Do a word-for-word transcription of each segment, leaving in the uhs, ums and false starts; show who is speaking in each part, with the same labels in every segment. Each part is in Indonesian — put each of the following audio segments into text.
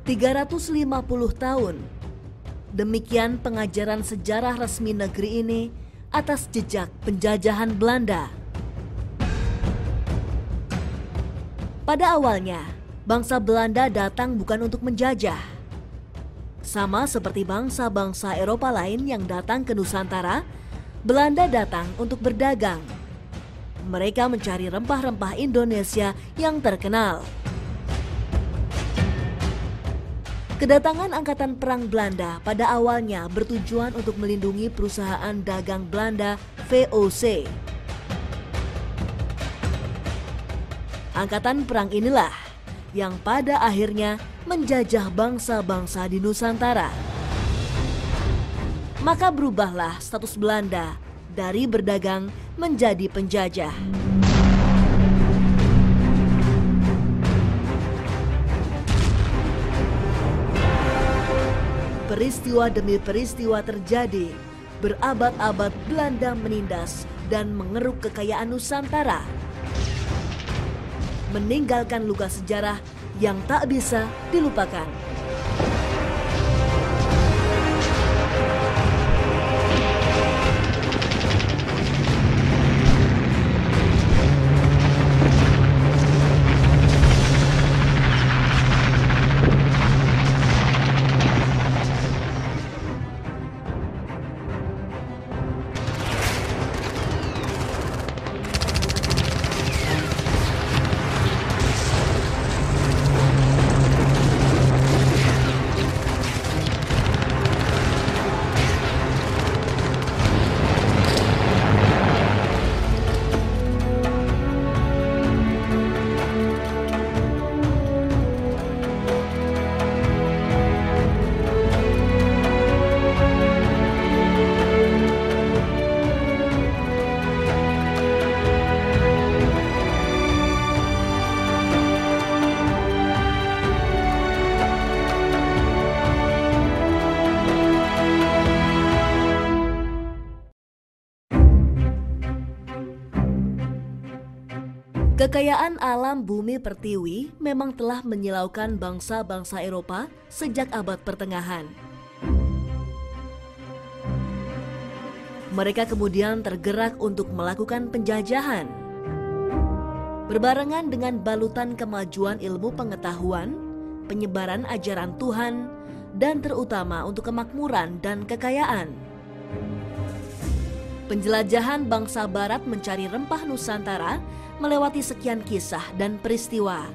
Speaker 1: tiga ratus lima puluh tahun. Demikian pengajaran sejarah resmi negeri ini atas jejak penjajahan Belanda. Pada awalnya, bangsa Belanda datang bukan untuk menjajah. Sama seperti bangsa-bangsa Eropa lain yang datang ke Nusantara, Belanda datang untuk berdagang. Mereka mencari rempah-rempah Indonesia yang terkenal. Kedatangan Angkatan Perang Belanda pada awalnya bertujuan untuk melindungi perusahaan dagang Belanda V O C. Angkatan Perang inilah yang pada akhirnya menjajah bangsa-bangsa di Nusantara. Maka berubahlah status Belanda dari berdagang menjadi penjajah. Peristiwa demi peristiwa terjadi, berabad-abad Belanda menindas dan mengeruk kekayaan Nusantara, meninggalkan luka sejarah yang tak bisa dilupakan. Kekayaan alam bumi pertiwi memang telah menyilaukan bangsa-bangsa Eropa sejak abad pertengahan. Mereka kemudian tergerak untuk melakukan penjajahan. Berbarengan dengan balutan kemajuan ilmu pengetahuan, penyebaran ajaran Tuhan, dan terutama untuk kemakmuran dan kekayaan. Penjelajahan bangsa Barat mencari rempah Nusantara melewati sekian kisah dan peristiwa.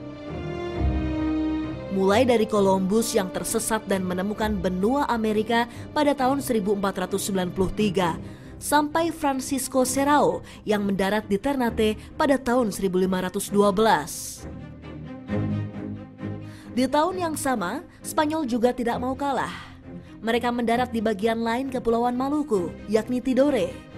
Speaker 1: Mulai dari Columbus yang tersesat dan menemukan benua Amerika pada tahun seribu empat ratus sembilan puluh tiga, sampai Francisco Serrao yang mendarat di Ternate pada tahun seribu lima ratus dua belas. Di tahun yang sama, Spanyol juga tidak mau kalah. Mereka mendarat di bagian lain Kepulauan Maluku, yakni Tidore.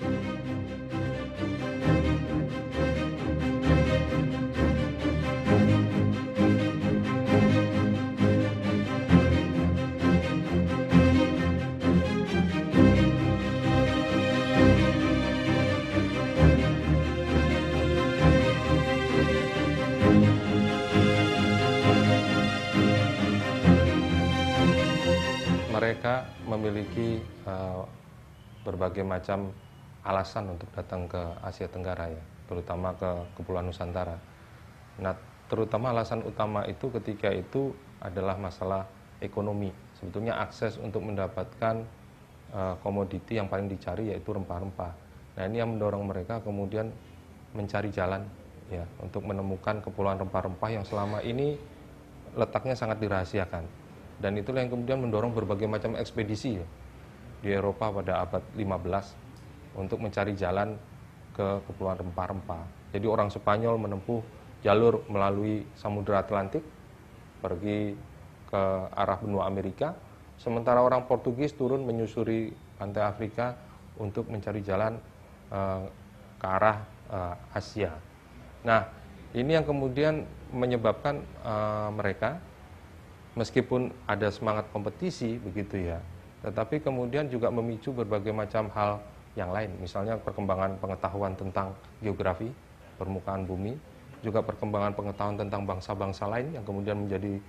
Speaker 2: Mereka memiliki uh, berbagai macam alasan untuk datang ke Asia Tenggara, ya, terutama ke Kepulauan Nusantara. Nah, terutama alasan utama itu ketika itu adalah masalah ekonomi. Sebetulnya akses untuk mendapatkan uh, komoditi yang paling dicari yaitu rempah-rempah. Nah, ini yang mendorong mereka kemudian mencari jalan, ya, untuk menemukan kepulauan rempah-rempah yang selama ini letaknya sangat dirahasiakan. Dan itulah yang kemudian mendorong berbagai macam ekspedisi, ya, di Eropa pada abad lima belas untuk mencari jalan ke kepulauan rempah-rempah. Jadi orang Spanyol menempuh jalur melalui Samudra Atlantik pergi ke arah benua Amerika, sementara orang Portugis turun menyusuri pantai Afrika untuk mencari jalan uh, ke arah uh, Asia. Nah, ini yang kemudian menyebabkan uh, mereka, meskipun ada semangat kompetisi begitu, ya, tetapi kemudian juga memicu berbagai macam hal yang lain, misalnya perkembangan pengetahuan tentang geografi, permukaan bumi, juga perkembangan pengetahuan tentang bangsa-bangsa lain yang kemudian menjadi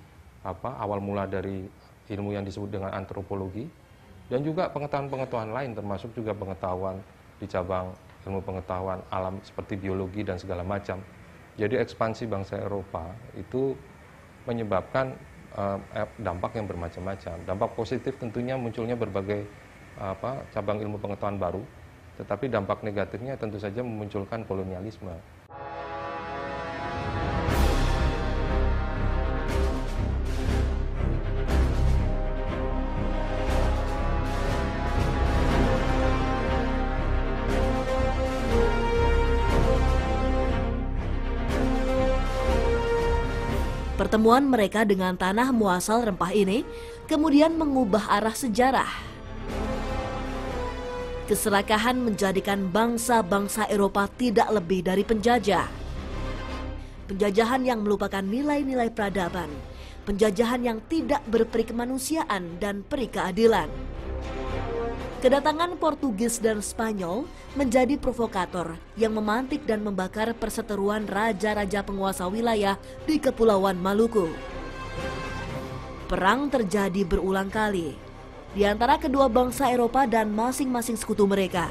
Speaker 2: apa awal mula dari ilmu yang disebut dengan antropologi, dan juga pengetahuan-pengetahuan lain termasuk juga pengetahuan di cabang ilmu pengetahuan alam seperti biologi dan segala macam. Jadi ekspansi bangsa Eropa itu menyebabkan uh, dampak yang bermacam-macam. Dampak positif tentunya munculnya berbagai apa cabang ilmu pengetahuan baru, tetapi dampak negatifnya tentu saja memunculkan kolonialisme.
Speaker 1: Pertemuan mereka dengan tanah muasal rempah ini kemudian mengubah arah sejarah. Keserakahan menjadikan bangsa-bangsa Eropa tidak lebih dari penjajah. Penjajahan yang melupakan nilai-nilai peradaban, penjajahan yang tidak berperi kemanusiaan dan peri keadilan. Kedatangan Portugis dan Spanyol menjadi provokator yang memantik dan membakar perseteruan raja-raja penguasa wilayah di Kepulauan Maluku. Perang terjadi berulang kali di antara kedua bangsa Eropa dan masing-masing sekutu mereka.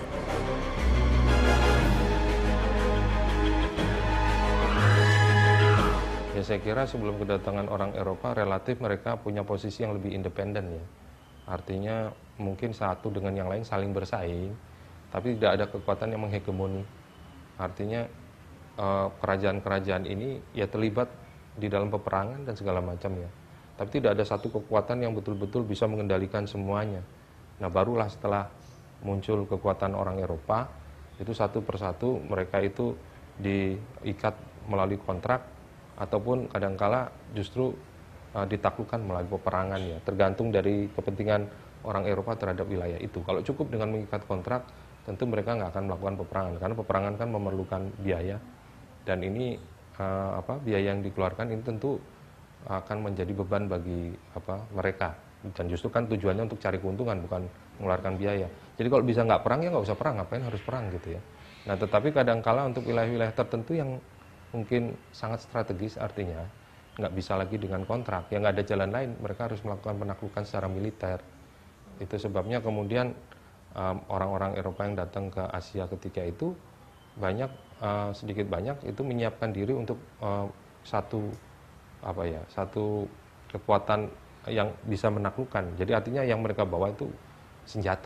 Speaker 2: Ya, saya kira sebelum kedatangan orang Eropa relatif mereka punya posisi yang lebih independen ya. Artinya mungkin satu dengan yang lain saling bersaing, tapi tidak ada kekuatan yang menghegemoni. Artinya eh, kerajaan-kerajaan ini ya terlibat di dalam peperangan dan segala macam ya. Tapi tidak ada satu kekuatan yang betul-betul bisa mengendalikan semuanya. Nah, barulah setelah muncul kekuatan orang Eropa, itu satu persatu mereka itu diikat melalui kontrak ataupun kadangkala justru uh, ditaklukkan melalui peperangan ya. Tergantung dari kepentingan orang Eropa terhadap wilayah itu. Kalau cukup dengan mengikat kontrak, tentu mereka nggak akan melakukan peperangan karena peperangan kan memerlukan biaya, dan ini uh, apa biaya yang dikeluarkan ini tentu akan menjadi beban bagi apa mereka, dan justru kan tujuannya untuk cari keuntungan bukan mengeluarkan biaya. Jadi kalau bisa nggak perang ya nggak usah perang, ngapain harus perang gitu ya. Nah, tetapi kadangkala untuk wilayah-wilayah tertentu yang mungkin sangat strategis, artinya nggak bisa lagi dengan kontrak, ya nggak ada jalan lain, mereka harus melakukan penaklukan secara militer. Itu sebabnya kemudian um, orang-orang Eropa yang datang ke Asia ketika itu banyak uh, sedikit banyak itu menyiapkan diri untuk uh, satu apa ya satu kekuatan yang bisa menaklukkan. Jadi artinya yang mereka bawa itu senjata.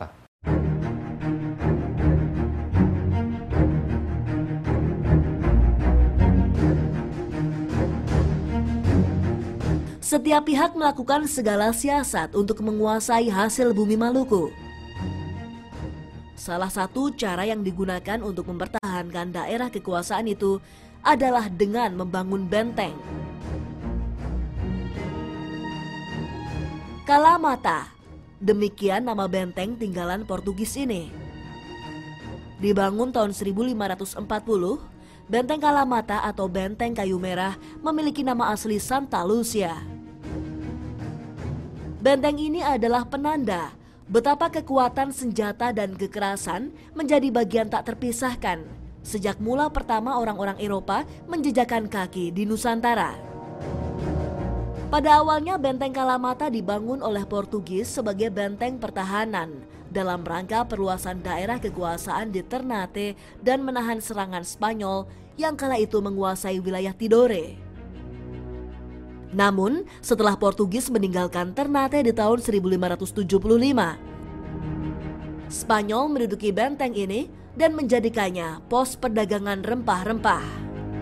Speaker 1: Setiap pihak melakukan segala siasat untuk menguasai hasil bumi Maluku. Salah satu cara yang digunakan untuk mempertahankan daerah kekuasaan itu adalah dengan membangun benteng. Kalamata, demikian nama benteng tinggalan Portugis ini. Dibangun tahun seribu lima ratus empat puluh, Benteng Kalamata atau Benteng Kayu Merah memiliki nama asli Santa Lucia. Benteng ini adalah penanda betapa kekuatan senjata dan kekerasan menjadi bagian tak terpisahkan sejak mula pertama orang-orang Eropa menjejakkan kaki di Nusantara. Pada awalnya Benteng Kalamata dibangun oleh Portugis sebagai benteng pertahanan dalam rangka perluasan daerah kekuasaan di Ternate dan menahan serangan Spanyol yang kala itu menguasai wilayah Tidore. Namun, setelah Portugis meninggalkan Ternate di tahun seribu lima ratus tujuh puluh lima, Spanyol menduduki benteng ini dan menjadikannya pos perdagangan rempah-rempah.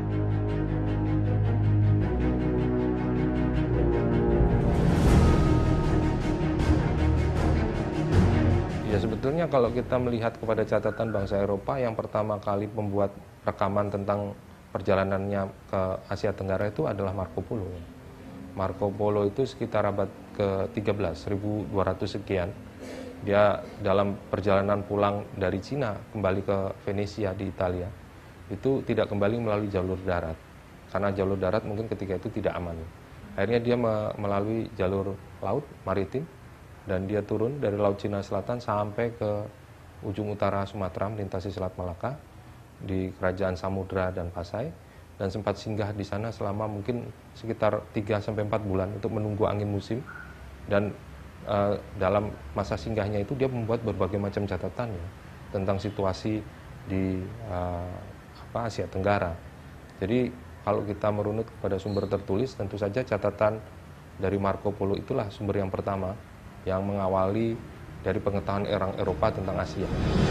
Speaker 2: Ya, sebetulnya kalau kita melihat kepada catatan bangsa Eropa yang pertama kali membuat rekaman tentang perjalanannya ke Asia Tenggara itu adalah Marco Polo. Marco Polo itu sekitar abad ke tiga belas, seribu dua ratus sekian. Dia dalam perjalanan pulang dari Cina kembali ke Venesia di Italia, itu tidak kembali melalui jalur darat. Karena jalur darat mungkin ketika itu tidak aman. Akhirnya dia melalui jalur laut, maritim, dan dia turun dari Laut Cina Selatan sampai ke ujung utara Sumatera melintasi Selat Malaka di Kerajaan Samudra dan Pasai. dan sempat singgah di sana selama mungkin sekitar tiga sampai empat bulan untuk menunggu angin musim. Dan uh, dalam masa singgahnya itu dia membuat berbagai macam catatan ya, tentang situasi di uh, apa, Asia Tenggara. Jadi kalau kita merunut kepada sumber tertulis, tentu saja catatan dari Marco Polo itulah sumber yang pertama yang mengawali dari pengetahuan orang Eropa tentang Asia.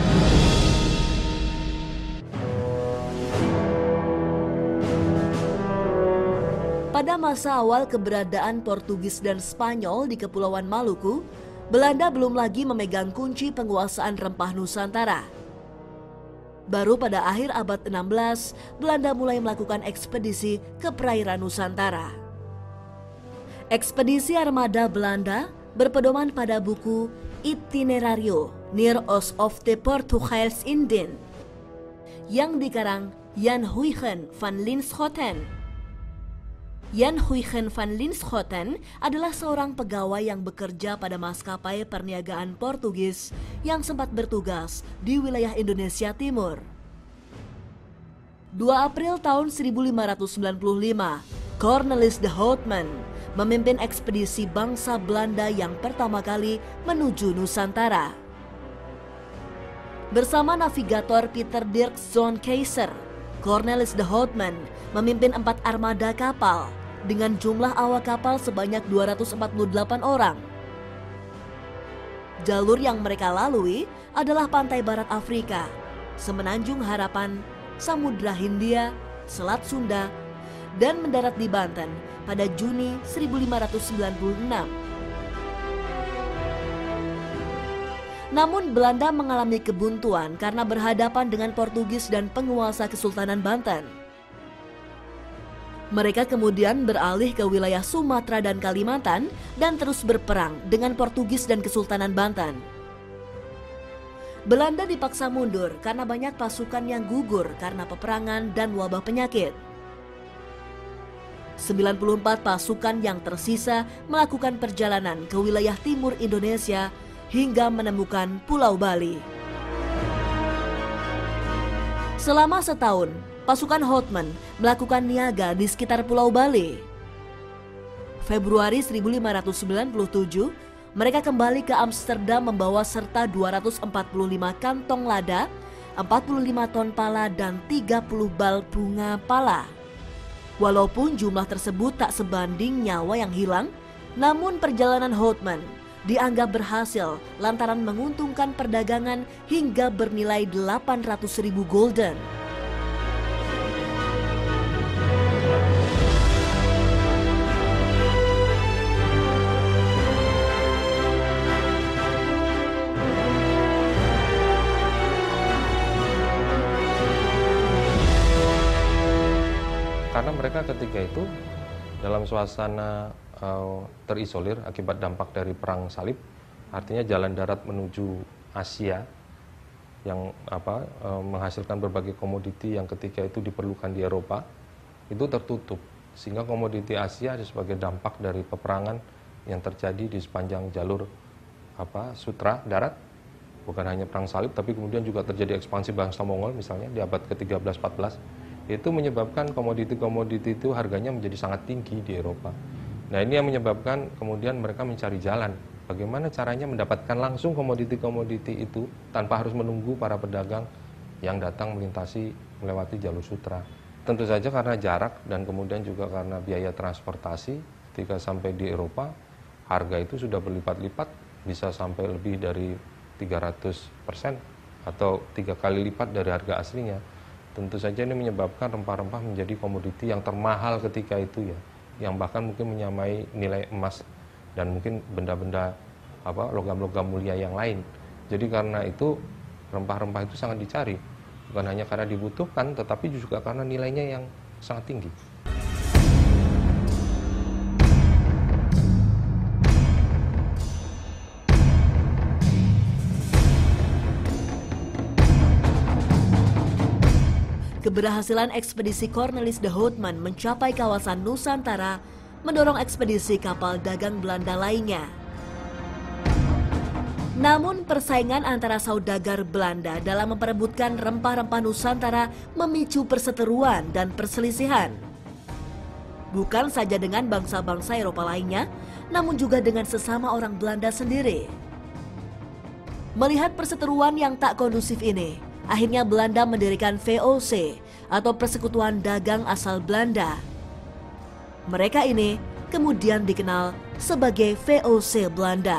Speaker 1: Pada masa awal keberadaan Portugis dan Spanyol di Kepulauan Maluku, Belanda belum lagi memegang kunci penguasaan rempah Nusantara. Baru pada akhir abad enam belas, Belanda mulai melakukan ekspedisi ke perairan Nusantara. Ekspedisi armada Belanda berpedoman pada buku Itinerario Near Os of the Portugese Indies yang dikarang Jan Huygen van Linschoten. Jan Huygen van Linschoten adalah seorang pegawai yang bekerja pada maskapai perniagaan Portugis yang sempat bertugas di wilayah Indonesia Timur. dua April tahun seribu lima ratus sembilan puluh lima, Cornelis de Houtman memimpin ekspedisi bangsa Belanda yang pertama kali menuju Nusantara. Bersama navigator Peter Dirk Zoon Keizer, Cornelis de Houtman memimpin empat armada kapal dengan jumlah awak kapal sebanyak dua ratus empat puluh delapan orang. Jalur yang mereka lalui adalah pantai barat Afrika, Semenanjung Harapan, Samudra Hindia, Selat Sunda, dan mendarat di Banten pada Juni seribu lima ratus sembilan puluh enam. Namun Belanda mengalami kebuntuan karena berhadapan dengan Portugis dan penguasa Kesultanan Banten. Mereka kemudian beralih ke wilayah Sumatera dan Kalimantan dan terus berperang dengan Portugis dan Kesultanan Banten. Belanda dipaksa mundur karena banyak pasukan yang gugur karena peperangan dan wabah penyakit. sembilan puluh empat pasukan yang tersisa melakukan perjalanan ke wilayah timur Indonesia hingga menemukan Pulau Bali. Selama setahun, pasukan Houtman melakukan niaga di sekitar Pulau Bali. Februari seribu lima ratus sembilan puluh tujuh, mereka kembali ke Amsterdam membawa serta dua ratus empat puluh lima kantong lada, empat puluh lima ton pala, dan tiga puluh bal bunga pala. Walaupun jumlah tersebut tak sebanding nyawa yang hilang, namun perjalanan Houtman dianggap berhasil lantaran menguntungkan perdagangan hingga bernilai delapan ratus ribu gulden.
Speaker 2: Karena mereka ketika itu dalam suasana uh, terisolir akibat dampak dari perang salib, artinya jalan darat menuju Asia yang apa uh, menghasilkan berbagai komoditi yang ketika itu diperlukan di Eropa itu tertutup, sehingga komoditi Asia sebagai dampak dari peperangan yang terjadi di sepanjang jalur apa sutra darat, bukan hanya perang salib tapi kemudian juga terjadi ekspansi bangsa Mongol misalnya di abad ke tiga belas empat belas. Itu menyebabkan komoditi-komoditi itu harganya menjadi sangat tinggi di Eropa. Nah ini yang menyebabkan kemudian mereka mencari jalan. Bagaimana caranya mendapatkan langsung komoditi-komoditi itu tanpa harus menunggu para pedagang yang datang melintasi melewati jalur sutra. Tentu saja karena jarak dan kemudian juga karena biaya transportasi ketika sampai di Eropa, harga itu sudah berlipat-lipat, bisa sampai lebih dari tiga ratus persen atau tiga kali lipat dari harga aslinya. Tentu saja ini menyebabkan rempah-rempah menjadi komoditi yang termahal ketika itu ya, yang bahkan mungkin menyamai nilai emas dan mungkin benda-benda apa logam-logam mulia yang lain. Jadi karena itu rempah-rempah itu sangat dicari, bukan hanya karena dibutuhkan, tetapi juga karena nilainya yang sangat tinggi.
Speaker 1: Keberhasilan ekspedisi Cornelis de Houtman mencapai kawasan Nusantara mendorong ekspedisi kapal dagang Belanda lainnya. Namun persaingan antara saudagar Belanda dalam memperebutkan rempah-rempah Nusantara memicu perseteruan dan perselisihan. Bukan saja dengan bangsa-bangsa Eropa lainnya, namun juga dengan sesama orang Belanda sendiri. Melihat perseteruan yang tak kondusif ini, akhirnya Belanda mendirikan V O C atau Persekutuan Dagang Asal Belanda. Mereka ini kemudian dikenal sebagai V O C Belanda.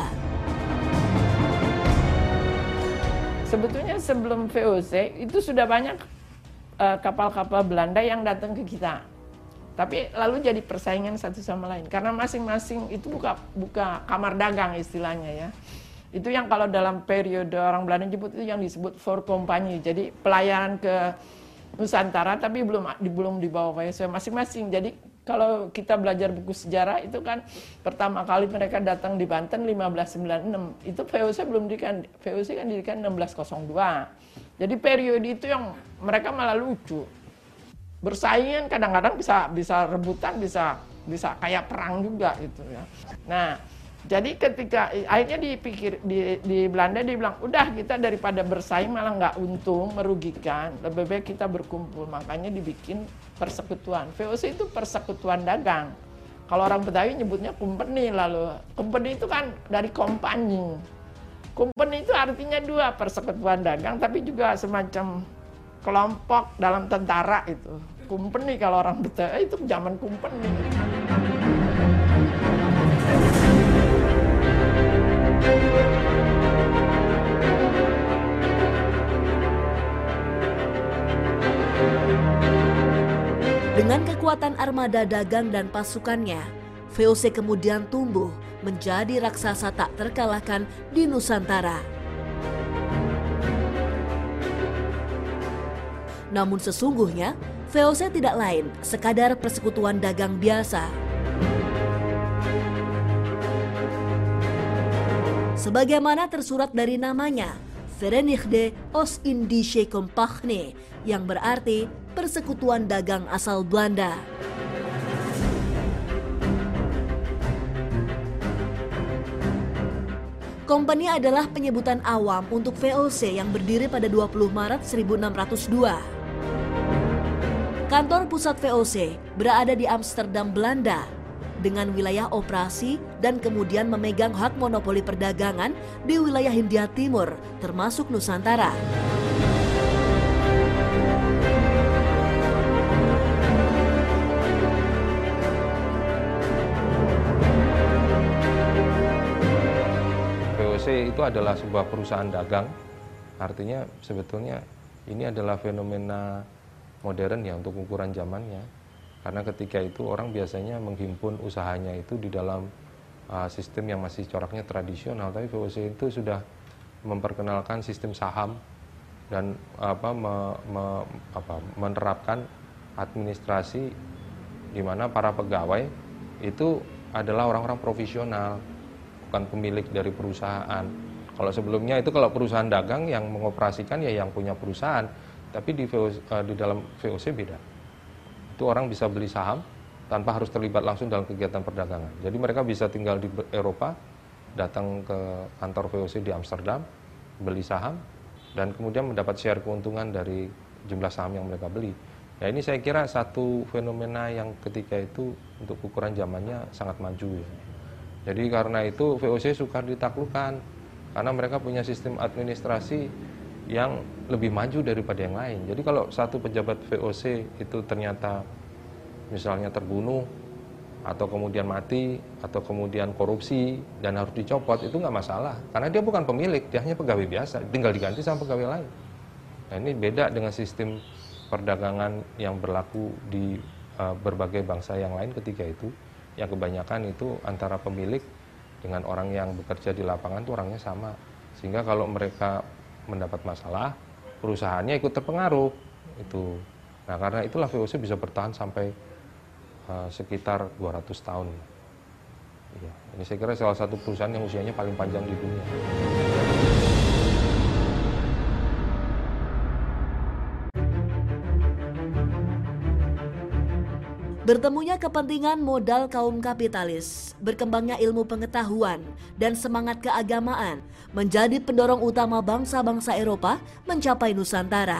Speaker 3: Sebetulnya sebelum V O C itu sudah banyak uh, kapal-kapal Belanda yang datang ke kita. Tapi lalu jadi persaingan satu sama lain. Karena masing-masing itu buka, buka kamar dagang istilahnya ya. Itu yang kalau dalam periode orang Belanda nyebut itu yang disebut Voorkompagnie. Jadi pelayaran ke Nusantara tapi belum, belum dibawa V O C masing-masing. Jadi kalau kita belajar buku sejarah itu kan pertama kali mereka datang di Banten lima belas sembilan puluh enam. Itu V O C belum didirikan, V O C kan didirikan enam belas nol dua. Jadi periode itu yang mereka malah lucu. Bersaingan kadang-kadang bisa bisa rebutan, bisa bisa kayak perang juga gitu ya. Nah, jadi ketika akhirnya dipikir di, di Belanda dibilang, udah kita daripada bersaing malah nggak untung, merugikan, lebih baik kita berkumpul. Makanya dibikin persekutuan. V O C itu persekutuan dagang. Kalau orang Betawi nyebutnya company lalu. Company itu kan dari kompani. Company itu artinya dua, persekutuan dagang tapi juga semacam kelompok dalam tentara itu. Company kalau orang Betawi itu zaman company.
Speaker 1: Dengan kekuatan armada dagang dan pasukannya, V O C kemudian tumbuh menjadi raksasa tak terkalahkan di Nusantara. Namun sesungguhnya, V O C tidak lain sekadar persekutuan dagang biasa. Sebagaimana tersurat dari namanya, Verenigde Oost-Indische Compagnie, yang berarti Persekutuan Dagang Asal Belanda. Kompani adalah penyebutan awam untuk V O C yang berdiri pada dua puluh Maret seribu enam ratus dua. Kantor pusat V O C berada di Amsterdam, Belanda, dengan wilayah operasi dan kemudian memegang hak monopoli perdagangan di wilayah Hindia Timur, termasuk Nusantara.
Speaker 2: V O C itu adalah sebuah perusahaan dagang, artinya sebetulnya ini adalah fenomena modern ya untuk ukuran zamannya. Karena ketika itu orang biasanya menghimpun usahanya itu di dalam uh, sistem yang masih coraknya tradisional, tapi V O C itu sudah memperkenalkan sistem saham dan apa, me, me, apa, menerapkan administrasi di mana para pegawai itu adalah orang-orang profesional, bukan pemilik dari perusahaan. Kalau sebelumnya itu kalau perusahaan dagang yang mengoperasikan ya yang punya perusahaan, tapi di, V O C, uh, di dalam V O C beda. Itu orang bisa beli saham tanpa harus terlibat langsung dalam kegiatan perdagangan. Jadi mereka bisa tinggal di Eropa, datang ke kantor V O C di Amsterdam, beli saham, dan kemudian mendapat share keuntungan dari jumlah saham yang mereka beli. Nah ini saya kira satu fenomena yang ketika itu untuk ukuran zamannya sangat maju ya. Jadi karena itu V O C sukar ditaklukkan, karena mereka punya sistem administrasi yang lebih maju daripada yang lain. Jadi kalau satu pejabat V O C itu ternyata misalnya terbunuh, atau kemudian mati, atau kemudian korupsi, dan harus dicopot, itu nggak masalah. Karena dia bukan pemilik, dia hanya pegawai biasa, tinggal diganti sama pegawai lain. Nah ini beda dengan sistem perdagangan yang berlaku di uh, berbagai bangsa yang lain ketika itu, yang kebanyakan itu antara pemilik dengan orang yang bekerja di lapangan itu orangnya sama. Sehingga kalau mereka mendapat masalah, perusahaannya ikut terpengaruh itu. Nah karena itulah V O C bisa bertahan sampai uh, sekitar dua ratus tahun. Ya, ini saya kira salah satu perusahaan yang usianya paling panjang di dunia.
Speaker 1: Bertemunya kepentingan modal kaum kapitalis, berkembangnya ilmu pengetahuan, dan semangat keagamaan menjadi pendorong utama bangsa-bangsa Eropa mencapai Nusantara.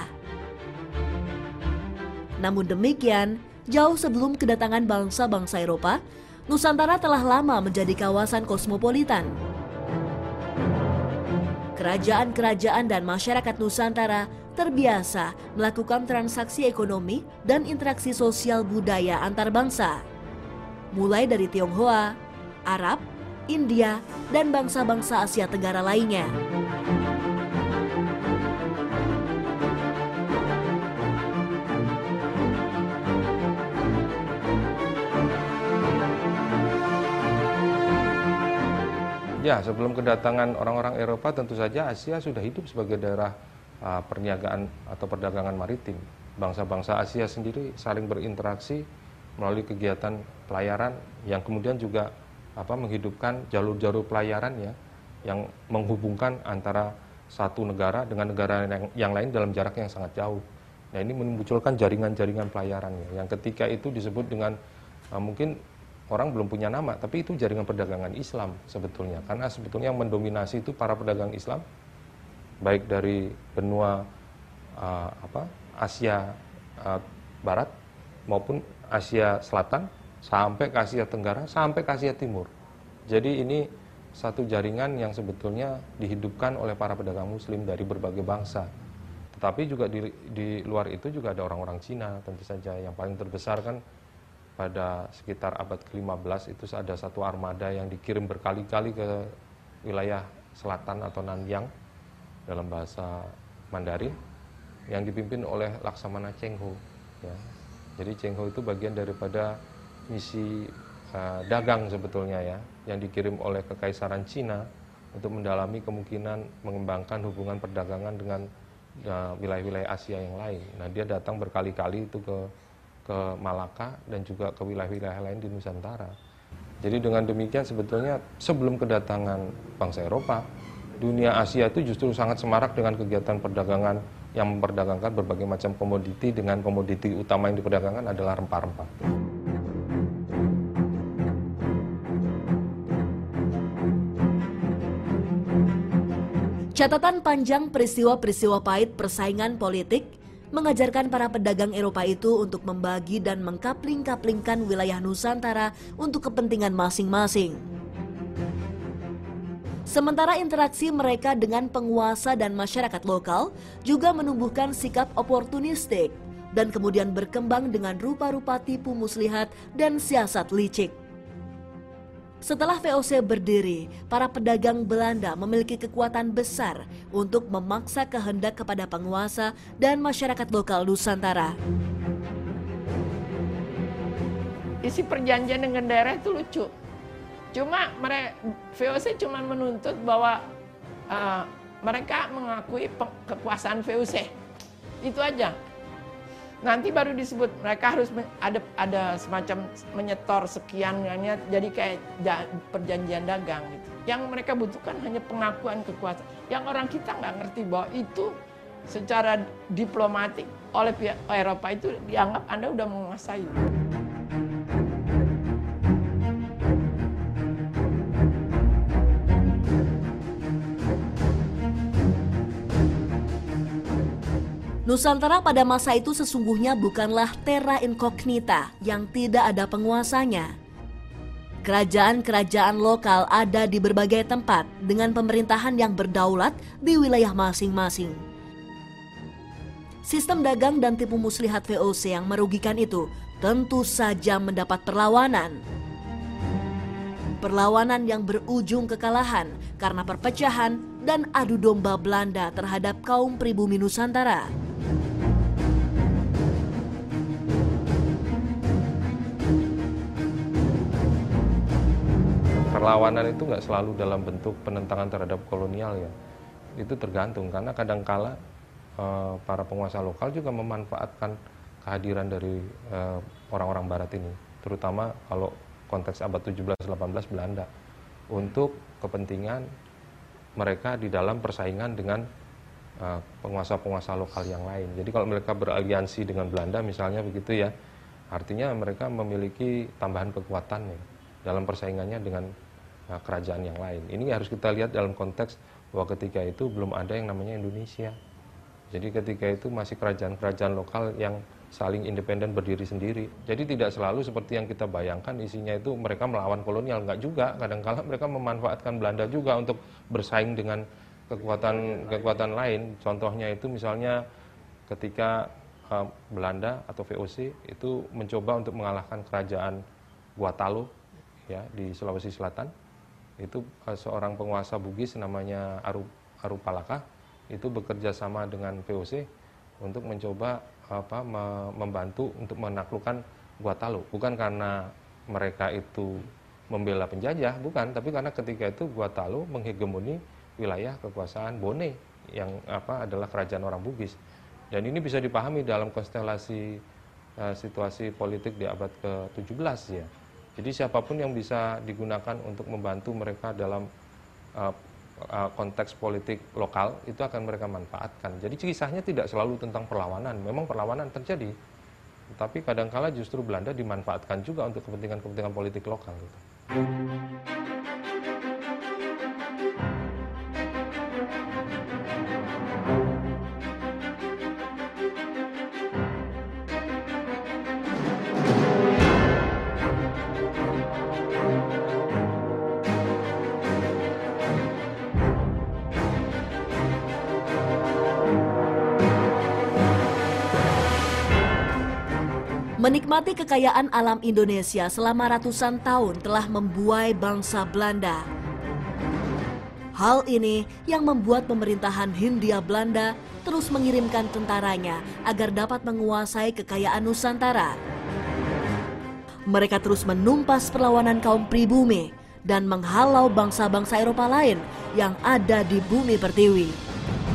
Speaker 1: Namun demikian, jauh sebelum kedatangan bangsa-bangsa Eropa, Nusantara telah lama menjadi kawasan kosmopolitan. Kerajaan-kerajaan dan masyarakat Nusantara terbiasa melakukan transaksi ekonomi dan interaksi sosial budaya antar bangsa, mulai dari Tionghoa, Arab, India, dan bangsa-bangsa Asia Tenggara lainnya.
Speaker 2: Ya, sebelum kedatangan orang-orang Eropa, tentu saja Asia sudah hidup sebagai daerah uh, perniagaan atau perdagangan maritim. Bangsa-bangsa Asia sendiri saling berinteraksi melalui kegiatan pelayaran yang kemudian juga apa, menghidupkan jalur-jalur pelayaran ya, yang menghubungkan antara satu negara dengan negara yang, yang lain dalam jarak yang sangat jauh. Nah, ini memunculkan jaringan-jaringan pelayaran ya, yang ketika itu disebut dengan uh, mungkin orang belum punya nama, tapi itu jaringan perdagangan Islam sebetulnya. Karena sebetulnya yang mendominasi itu para pedagang Islam, baik dari benua uh, apa, Asia uh, Barat maupun Asia Selatan, sampai ke Asia Tenggara, sampai ke Asia Timur. Jadi ini satu jaringan yang sebetulnya dihidupkan oleh para pedagang Muslim dari berbagai bangsa. Tetapi juga di, di luar itu juga ada orang-orang Cina tentu saja. Yang paling terbesar kan pada sekitar abad ke lima belas itu ada satu armada yang dikirim berkali-kali ke wilayah selatan atau Nanyang dalam bahasa Mandarin yang dipimpin oleh Laksamana Cheng Ho. Ya. Jadi Cheng Ho itu bagian daripada misi uh, dagang sebetulnya ya, yang dikirim oleh Kekaisaran Cina untuk mendalami kemungkinan mengembangkan hubungan perdagangan dengan uh, wilayah-wilayah Asia yang lain. Nah, dia datang berkali-kali itu ke ke Malaka dan juga ke wilayah-wilayah lain di Nusantara. Jadi dengan demikian sebetulnya sebelum kedatangan bangsa Eropa, dunia Asia itu justru sangat semarak dengan kegiatan perdagangan yang memperdagangkan berbagai macam komoditi, dengan komoditi utama yang diperdagangkan adalah rempah-rempah.
Speaker 1: Catatan panjang peristiwa-peristiwa pahit persaingan politik mengajarkan para pedagang Eropa itu untuk membagi dan mengkapling-kaplingkan wilayah Nusantara untuk kepentingan masing-masing. Sementara interaksi mereka dengan penguasa dan masyarakat lokal juga menumbuhkan sikap oportunistik dan kemudian berkembang dengan rupa-rupa tipu muslihat dan siasat licik. Setelah V O C berdiri, para pedagang Belanda memiliki kekuatan besar untuk memaksa kehendak kepada penguasa dan masyarakat lokal Nusantara.
Speaker 3: Isi perjanjian dengan daerah itu lucu. Cuma mereka, V O C cuma menuntut bahwa uh, mereka mengakui kekuasaan V O C. Itu aja. Nanti baru disebut mereka harus ada ada semacam menyetor sekian, jadi kayak da, perjanjian dagang gitu. Yang mereka butuhkan hanya pengakuan kekuasaan. Yang orang kita nggak ngerti bahwa itu secara diplomatik oleh pihak Eropa itu dianggap Anda udah menguasai.
Speaker 1: Nusantara pada masa itu sesungguhnya bukanlah terra incognita yang tidak ada penguasanya. Kerajaan-kerajaan lokal ada di berbagai tempat dengan pemerintahan yang berdaulat di wilayah masing-masing. Sistem dagang dan tipu muslihat V O C yang merugikan itu tentu saja mendapat perlawanan. Perlawanan yang berujung kekalahan karena perpecahan dan adu domba Belanda terhadap kaum pribumi Nusantara.
Speaker 2: Perlawanan itu nggak selalu dalam bentuk penentangan terhadap kolonial ya. Itu tergantung, karena kadangkala eh, para penguasa lokal juga memanfaatkan kehadiran dari eh, orang-orang barat ini, terutama kalau konteks abad tujuh belas delapan belas Belanda, untuk kepentingan mereka di dalam persaingan dengan uh, penguasa-penguasa lokal yang lain. Jadi kalau mereka beraliansi dengan Belanda misalnya begitu ya, Artinya mereka memiliki tambahan kekuatan ya, dalam persaingannya dengan uh, kerajaan yang lain. Ini harus kita lihat dalam konteks bahwa ketika itu belum ada yang namanya Indonesia. Jadi ketika itu masih kerajaan-kerajaan lokal yang saling independen berdiri sendiri. Jadi tidak selalu seperti yang kita bayangkan isinya itu mereka melawan kolonial. Enggak juga, kadang-kala mereka memanfaatkan Belanda juga untuk bersaing dengan kekuatan-kekuatan lain. Contohnya itu misalnya ketika uh, Belanda atau V O C itu mencoba untuk mengalahkan kerajaan Guatalo ya di Sulawesi Selatan. Itu uh, seorang penguasa Bugis namanya Aru, Arupalaka itu bekerja sama dengan V O C untuk mencoba apa me, membantu untuk menaklukkan Guatalo. Bukan karena mereka itu membela penjajah, bukan, tapi karena ketika itu Guatalo menghegemoni wilayah kekuasaan Bone yang apa adalah kerajaan orang Bugis. Dan ini bisa dipahami dalam konstelasi uh, situasi politik di abad ke tujuh belas ya. Jadi siapapun yang bisa digunakan untuk membantu mereka dalam uh, uh, konteks politik lokal itu akan mereka manfaatkan. Jadi kisahnya tidak selalu tentang perlawanan. Memang perlawanan terjadi, tapi kadangkala justru Belanda dimanfaatkan juga untuk kepentingan-kepentingan politik lokal gitu.
Speaker 1: Menikmati kekayaan alam Indonesia selama ratusan tahun telah membuai bangsa Belanda. Hal ini yang membuat pemerintahan Hindia Belanda terus mengirimkan tentaranya agar dapat menguasai kekayaan Nusantara. Mereka terus menumpas perlawanan kaum pribumi dan menghalau bangsa-bangsa Eropa lain yang ada di bumi pertiwi.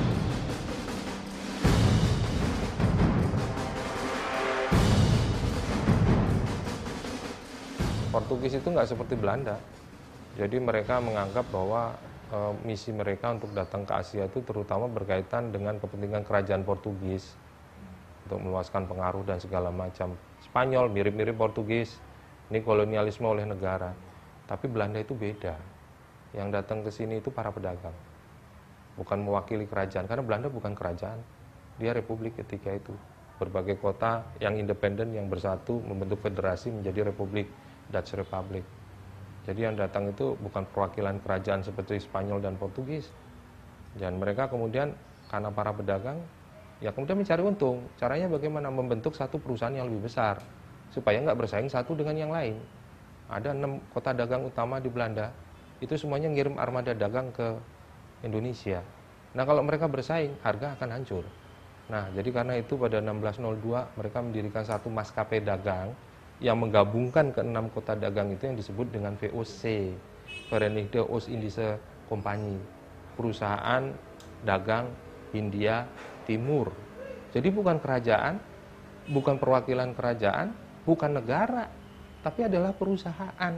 Speaker 2: Portugis itu nggak seperti Belanda. Jadi mereka menganggap bahwa e, misi mereka untuk datang ke Asia itu terutama berkaitan dengan kepentingan kerajaan Portugis untuk meluaskan pengaruh dan segala macam. Spanyol mirip-mirip Portugis, ini kolonialisme oleh negara. Tapi Belanda itu beda. Yang datang ke sini itu para pedagang, bukan mewakili kerajaan. Karena Belanda bukan kerajaan, dia republik ketika itu. Berbagai kota yang independen yang bersatu membentuk federasi menjadi republik. Dutch Republic. Jadi yang datang itu bukan perwakilan kerajaan seperti Spanyol dan Portugis. Dan mereka kemudian karena para pedagang, ya kemudian mencari untung. Caranya bagaimana? Membentuk satu perusahaan yang lebih besar supaya nggak bersaing satu dengan yang lain. Ada enam kota dagang utama di Belanda, itu semuanya ngirim armada dagang ke Indonesia. Nah kalau mereka bersaing, harga akan hancur. Nah jadi karena itu pada enam belas nol dua mereka mendirikan satu maskapai dagang yang menggabungkan ke enam kota dagang itu yang disebut dengan V O C, Verenigde Oost-Indische Compagnie, perusahaan dagang Hindia Timur. Jadi bukan kerajaan, bukan perwakilan kerajaan, bukan negara, tapi adalah perusahaan.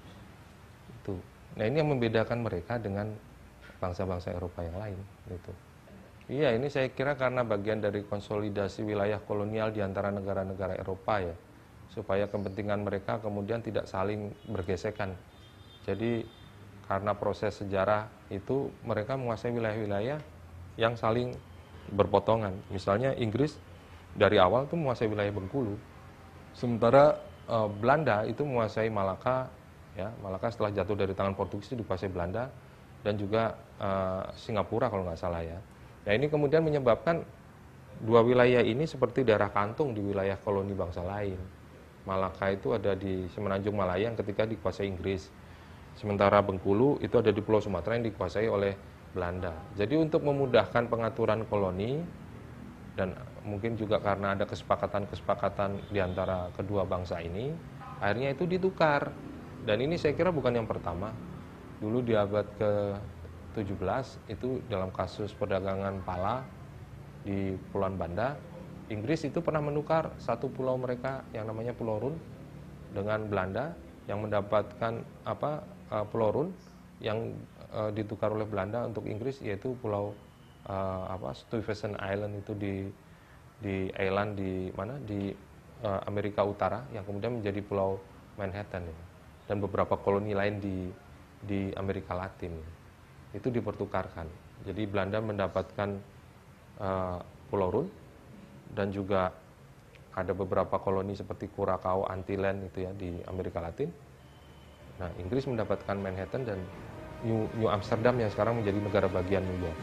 Speaker 2: Itu. Nah ini yang membedakan mereka dengan bangsa-bangsa Eropa yang lain. Gitu. Iya, ini saya kira karena bagian dari konsolidasi wilayah kolonial di antara negara-negara Eropa ya, supaya kepentingan mereka kemudian tidak saling bergesekan. Jadi karena proses sejarah itu mereka menguasai wilayah-wilayah yang saling berpotongan. Misalnya Inggris dari awal itu menguasai wilayah Bengkulu, sementara eh, Belanda itu menguasai Malaka. Ya, Malaka setelah jatuh dari tangan Portugis itu dikuasai Belanda dan juga eh, Singapura kalau nggak salah ya. Nah ini kemudian menyebabkan dua wilayah ini seperti daerah kantung di wilayah koloni bangsa lain. Malaka itu ada di Semenanjung Malaya yang ketika dikuasai Inggris. Sementara Bengkulu itu ada di Pulau Sumatera yang dikuasai oleh Belanda. Jadi untuk memudahkan pengaturan koloni dan mungkin juga karena ada kesepakatan-kesepakatan di antara kedua bangsa ini, akhirnya itu ditukar. Dan ini saya kira bukan yang pertama. Dulu di abad ke tujuh belas itu dalam kasus perdagangan pala di Kepulauan Banda, Inggris itu pernah menukar satu pulau mereka yang namanya Pulau Run dengan Belanda yang mendapatkan apa uh, Pulau Run yang uh, ditukar oleh Belanda untuk Inggris yaitu Pulau uh, apa Stuyvesant Island itu di di island di mana di uh, Amerika Utara yang kemudian menjadi Pulau Manhattan ya. Dan beberapa koloni lain di di Amerika Latin ya. Itu dipertukarkan. Jadi Belanda mendapatkan uh, Pulau Run dan juga ada beberapa koloni seperti Curaçao, Antillen itu ya di Amerika Latin. Nah, Inggris mendapatkan Manhattan dan New, New Amsterdam yang sekarang menjadi negara bagian New York.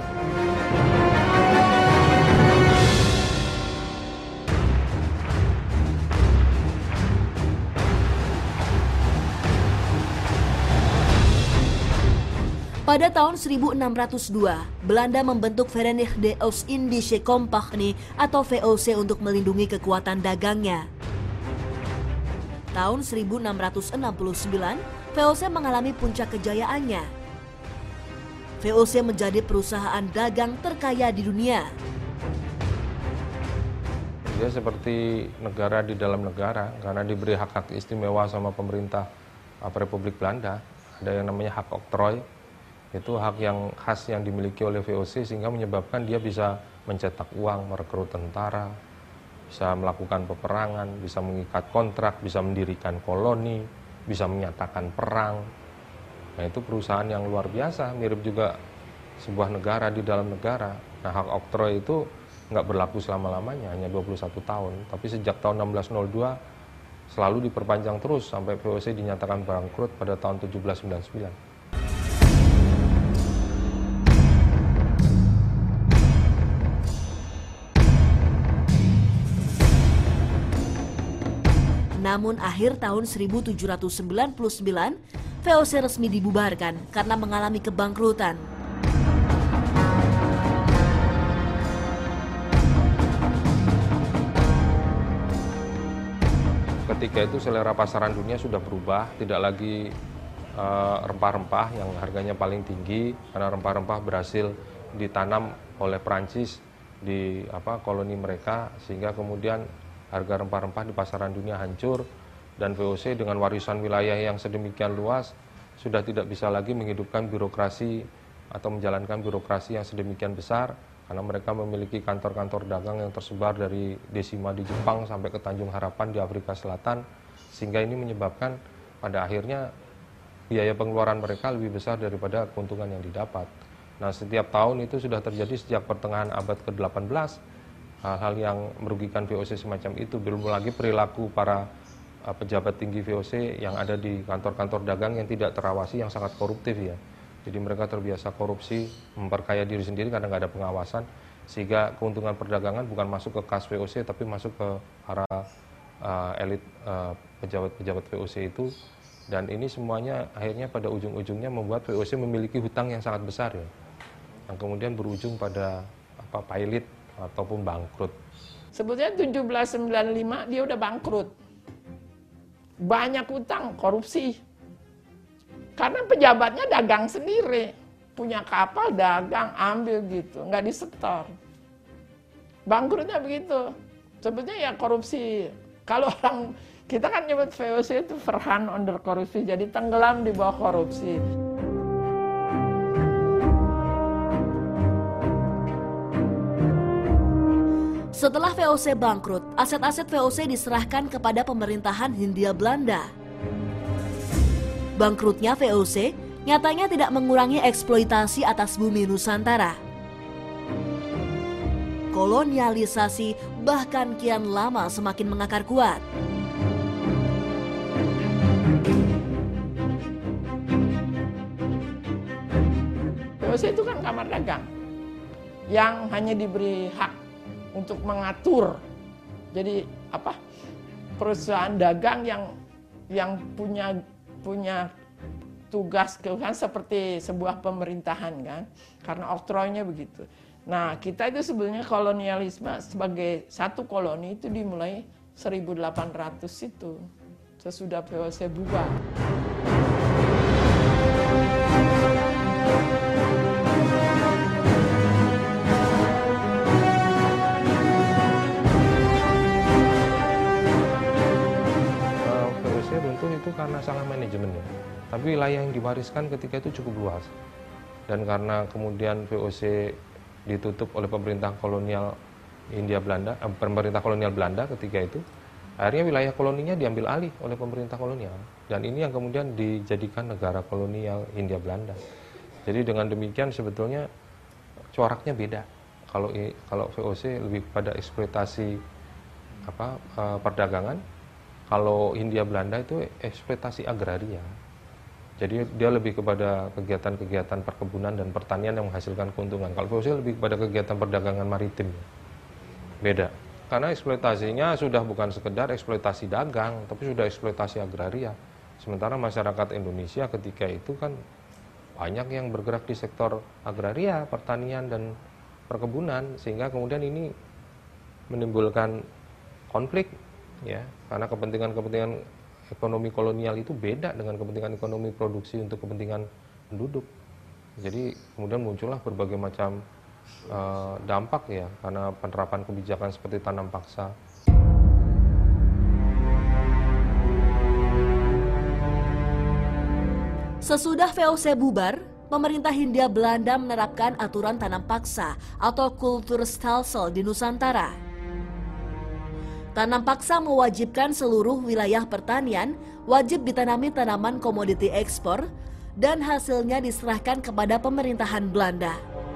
Speaker 1: Pada tahun seribu enam ratus dua, Belanda membentuk Verenigde Oost-Indische Compagnie atau V O C untuk melindungi kekuatan dagangnya. Tahun seribu enam ratus enam puluh sembilan, V O C mengalami puncak kejayaannya. V O C menjadi perusahaan dagang terkaya di dunia.
Speaker 2: Dia seperti negara di dalam negara karena diberi hak-hak istimewa sama pemerintah Republik Belanda. Ada yang namanya hak oktroy. Itu hak yang khas yang dimiliki oleh V O C sehingga menyebabkan dia bisa mencetak uang, merekrut tentara, bisa melakukan peperangan, bisa mengikat kontrak, bisa mendirikan koloni, bisa menyatakan perang. Nah, itu perusahaan yang luar biasa, mirip juga sebuah negara di dalam negara. Nah, hak oktroy itu nggak berlaku selama-lamanya, hanya dua puluh satu tahun. Tapi sejak tahun enam belas nol dua selalu diperpanjang terus sampai V O C dinyatakan bangkrut pada tahun tujuh belas sembilan puluh sembilan.
Speaker 1: Namun akhir tahun seribu tujuh ratus sembilan puluh sembilan, V O C resmi dibubarkan karena mengalami kebangkrutan.
Speaker 2: Ketika itu selera pasaran dunia sudah berubah, tidak lagi uh, rempah-rempah yang harganya paling tinggi karena rempah-rempah berhasil ditanam oleh Prancis di apa koloni mereka sehingga kemudian harga rempah-rempah di pasaran dunia hancur dan V O C dengan warisan wilayah yang sedemikian luas sudah tidak bisa lagi menghidupkan birokrasi atau menjalankan birokrasi yang sedemikian besar karena mereka memiliki kantor-kantor dagang yang tersebar dari Desima di Jepang sampai ke Tanjung Harapan di Afrika Selatan sehingga ini menyebabkan pada akhirnya biaya pengeluaran mereka lebih besar daripada keuntungan yang didapat. Nah, setiap tahun itu sudah terjadi sejak pertengahan abad ke delapan belas. Hal-hal yang merugikan V O C semacam itu, belum lagi perilaku para uh, pejabat tinggi V O C yang ada di kantor-kantor dagang yang tidak terawasi, yang sangat koruptif ya. Jadi mereka terbiasa korupsi, memperkaya diri sendiri karena nggak ada pengawasan, sehingga keuntungan perdagangan bukan masuk ke kas V O C tapi masuk ke para uh, elit uh, pejabat-pejabat V O C itu. Dan ini semuanya akhirnya pada ujung-ujungnya membuat V O C memiliki hutang yang sangat besar ya, yang kemudian berujung pada apa pailit ataupun bangkrut.
Speaker 3: Sebetulnya tujuh belas sembilan puluh lima dia udah bangkrut. Banyak utang, korupsi. Karena pejabatnya dagang sendiri. Punya kapal, dagang, ambil gitu. Nggak disetor. Bangkrutnya begitu. Sebetulnya ya korupsi. Kalau orang, kita kan nyebut V O C itu verhan under korupsi. Jadi tenggelam di bawah korupsi.
Speaker 1: Setelah V O C bangkrut, aset-aset V O C diserahkan kepada pemerintahan Hindia Belanda. Bangkrutnya V O C nyatanya tidak mengurangi eksploitasi atas bumi Nusantara. Kolonialisasi bahkan kian lama semakin mengakar kuat.
Speaker 3: V O C itu kan kamar dagang yang hanya diberi hak untuk mengatur. Jadi apa? Perusahaan dagang yang yang punya punya tugas kan seperti sebuah pemerintahan kan. Karena oktroynya begitu. Nah, kita itu sebenarnya kolonialisme sebagai satu koloni itu dimulai seribu delapan ratus itu. Sesudah V O C bubar.
Speaker 2: Itu karena salah manajemen ya. Tapi wilayah yang diwariskan ketika itu cukup luas. Dan karena kemudian V O C ditutup oleh pemerintah kolonial Hindia Belanda, eh, pemerintah kolonial Belanda ketika itu, Akhirnya wilayah koloninya diambil alih oleh pemerintah kolonial. Dan ini yang kemudian dijadikan negara kolonial Hindia Belanda. Jadi dengan demikian sebetulnya coraknya beda. Kalau kalau V O C lebih pada eksploitasi apa uh, perdagangan, kalau Hindia Belanda itu eksploitasi agraria. Jadi dia lebih kepada kegiatan-kegiatan perkebunan dan pertanian yang menghasilkan keuntungan. Kalau V O C lebih kepada kegiatan perdagangan maritim. Beda. Karena eksploitasinya sudah bukan sekedar eksploitasi dagang, tapi sudah eksploitasi agraria. Sementara masyarakat Indonesia ketika itu kan banyak yang bergerak di sektor agraria, pertanian dan perkebunan, sehingga kemudian ini menimbulkan konflik, ya, karena kepentingan-kepentingan ekonomi kolonial itu beda dengan kepentingan ekonomi produksi untuk kepentingan penduduk. Jadi kemudian muncullah berbagai macam uh, dampak ya, karena penerapan kebijakan seperti tanam paksa.
Speaker 1: Sesudah V O C bubar, pemerintah Hindia Belanda menerapkan aturan tanam paksa atau kulturstelsel di Nusantara. Tanam paksa mewajibkan seluruh wilayah pertanian wajib ditanami tanaman komoditi ekspor dan hasilnya diserahkan kepada pemerintahan Belanda.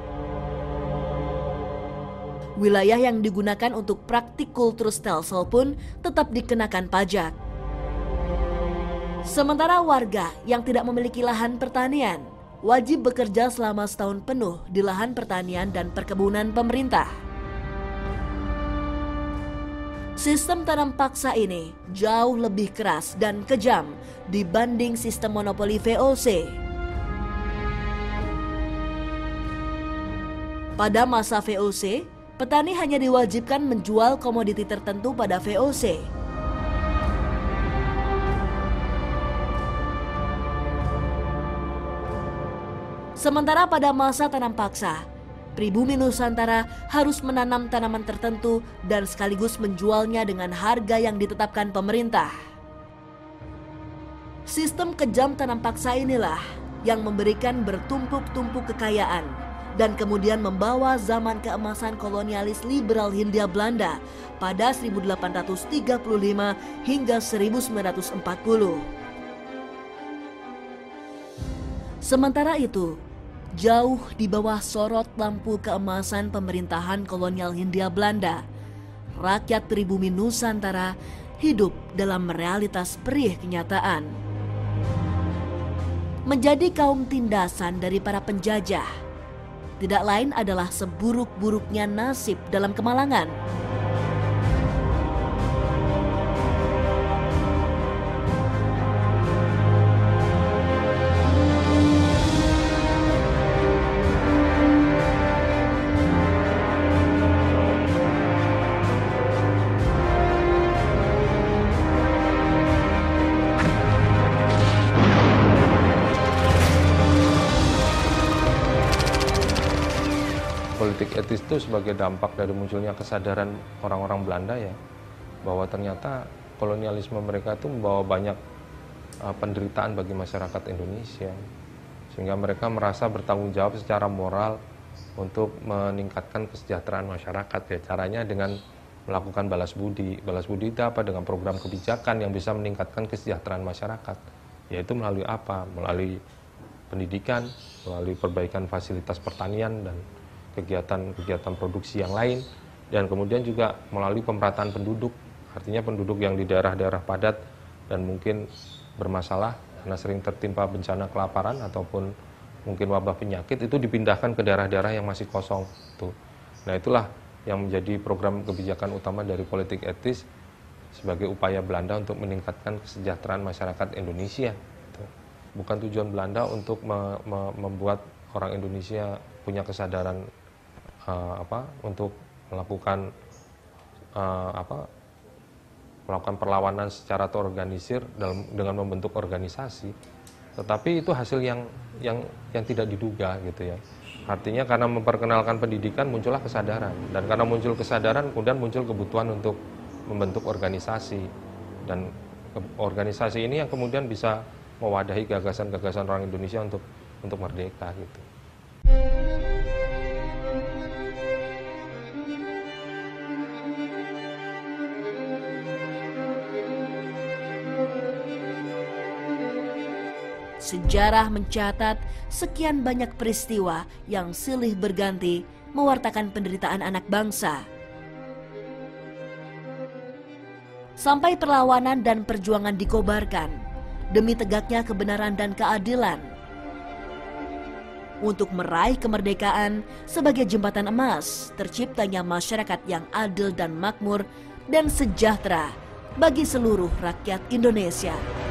Speaker 1: Wilayah yang digunakan untuk praktik kulturstelsel pun tetap dikenakan pajak. Sementara warga yang tidak memiliki lahan pertanian wajib bekerja selama setahun penuh di lahan pertanian dan perkebunan pemerintah. Sistem tanam paksa ini jauh lebih keras dan kejam dibanding sistem monopoli V O C. Pada masa V O C, petani hanya diwajibkan menjual komoditi tertentu pada V O C. Sementara pada masa tanam paksa, pribumi Nusantara harus menanam tanaman tertentu dan sekaligus menjualnya dengan harga yang ditetapkan pemerintah. Sistem kejam tanam paksa inilah yang memberikan bertumpuk-tumpuk kekayaan dan kemudian membawa zaman keemasan kolonialis liberal Hindia Belanda pada seribu delapan ratus tiga puluh lima hingga seribu sembilan ratus empat puluh. Sementara itu, jauh di bawah sorot lampu keemasan pemerintahan kolonial Hindia Belanda, rakyat pribumi Nusantara hidup dalam realitas perih kenyataan. Menjadi kaum tindasan dari para penjajah, tidak lain adalah seburuk-buruknya nasib dalam kemalangan.
Speaker 2: Politik etis itu sebagai dampak dari munculnya kesadaran orang-orang Belanda ya, bahwa ternyata kolonialisme mereka itu membawa banyak uh, penderitaan bagi masyarakat Indonesia, sehingga mereka merasa bertanggung jawab secara moral untuk meningkatkan kesejahteraan masyarakat ya. Caranya dengan melakukan balas budi. Balas budi itu apa? Dengan program kebijakan yang bisa meningkatkan kesejahteraan masyarakat, yaitu melalui apa? Melalui pendidikan, melalui perbaikan fasilitas pertanian dan kegiatan-kegiatan produksi yang lain, dan kemudian juga melalui pemerataan penduduk, artinya penduduk yang di daerah-daerah padat dan mungkin bermasalah karena sering tertimpa bencana kelaparan ataupun mungkin wabah penyakit, itu dipindahkan ke daerah-daerah yang masih kosong tuh. Nah, itulah yang menjadi program kebijakan utama dari politik etis sebagai upaya Belanda untuk meningkatkan kesejahteraan masyarakat Indonesia. Bukan tujuan Belanda untuk me me membuat orang Indonesia punya kesadaran Uh, apa untuk melakukan uh, apa melakukan perlawanan secara terorganisir dalam dengan membentuk organisasi, tetapi itu hasil yang yang yang tidak diduga gitu ya. Artinya karena memperkenalkan pendidikan muncullah kesadaran, dan karena muncul kesadaran kemudian muncul kebutuhan untuk membentuk organisasi, dan organisasi ini yang kemudian bisa mewadahi gagasan-gagasan orang Indonesia untuk untuk merdeka gitu.
Speaker 1: sejarah mencatat sekian banyak peristiwa yang silih berganti mewartakan penderitaan anak bangsa. Sampai perlawanan dan perjuangan dikobarkan demi tegaknya kebenaran dan keadilan. Untuk meraih kemerdekaan sebagai jembatan emas terciptanya masyarakat yang adil dan makmur dan sejahtera bagi seluruh rakyat Indonesia.